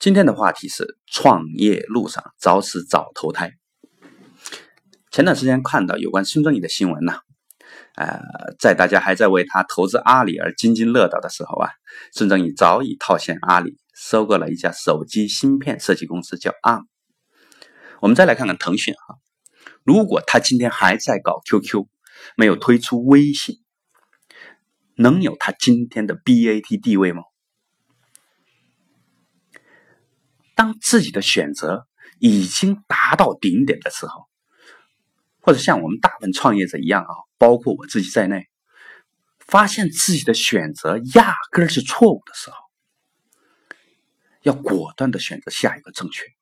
今天的话题是创业路上早死早投胎。前段时间看到有关孙正义的新闻呢，在大家还在为他投资阿里而津津乐道的时候孙正义早已套现阿里，收购了一家手机芯片设计公司叫 ARM。我们再来看看腾讯如果他今天还在搞 QQ， 没有推出微信，能有他今天的 BAT 地位吗？当自己的选择已经达到顶点的时候，或者像我们大部分创业者一样包括我自己在内，发现自己的选择压根是错误的时候，要果断的选择下一个正确。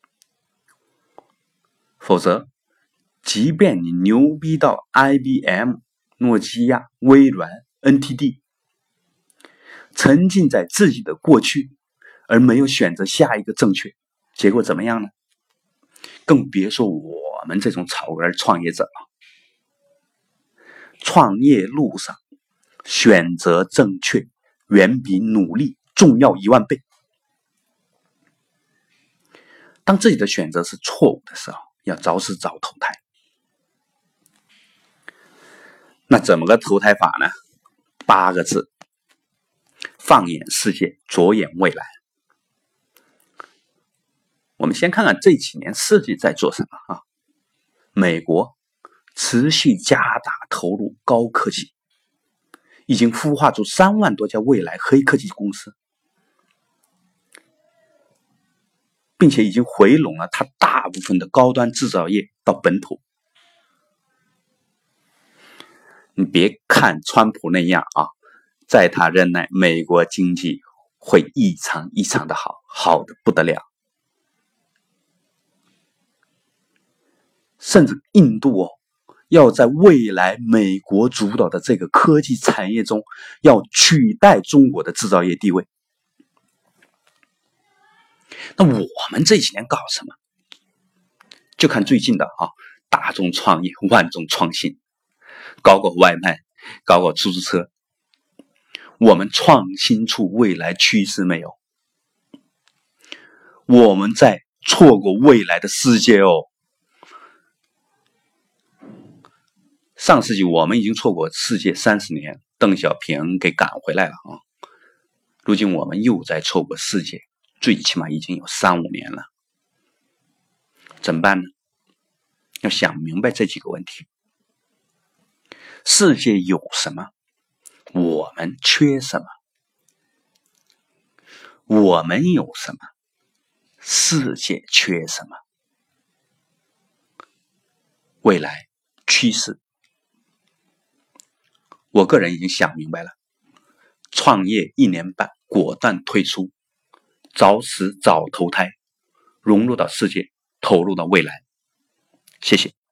否则，即便你牛逼到 IBM、诺基亚、微软、NTD， 沉浸在自己的过去，而没有选择下一个正确，结果怎么样呢？更别说我们这种草根创业者了。创业路上选择正确远比努力重要10000倍。当自己的选择是错误的时候，要早死早投胎。那怎么个投胎法呢？8个字：放眼世界，着眼未来。我们先看看这几年世界在做什么美国持续加大投入高科技，已经孵化出3万多家未来黑科技公司，并且已经回笼了它大部分的高端制造业到本土。你别看川普那样在他任内美国经济会异常的好，好的不得了。甚至印度要在未来美国主导的这个科技产业中要取代中国的制造业地位。那我们这几年搞什么？就看最近的大众创业，万众创新，搞外卖，搞出租车。我们创新出未来趋势没有？我们在错过未来的世界上世纪我们已经错过世界30年，邓小平给赶回来了如今我们又在错过世界，最起码已经有3-5年了。怎么办呢？要想明白这几个问题。世界有什么？我们缺什么？我们有什么？世界缺什么？未来趋势，我个人已经想明白了。创业1年半，果断退出，早死早投胎，融入到世界，投入到未来。谢谢。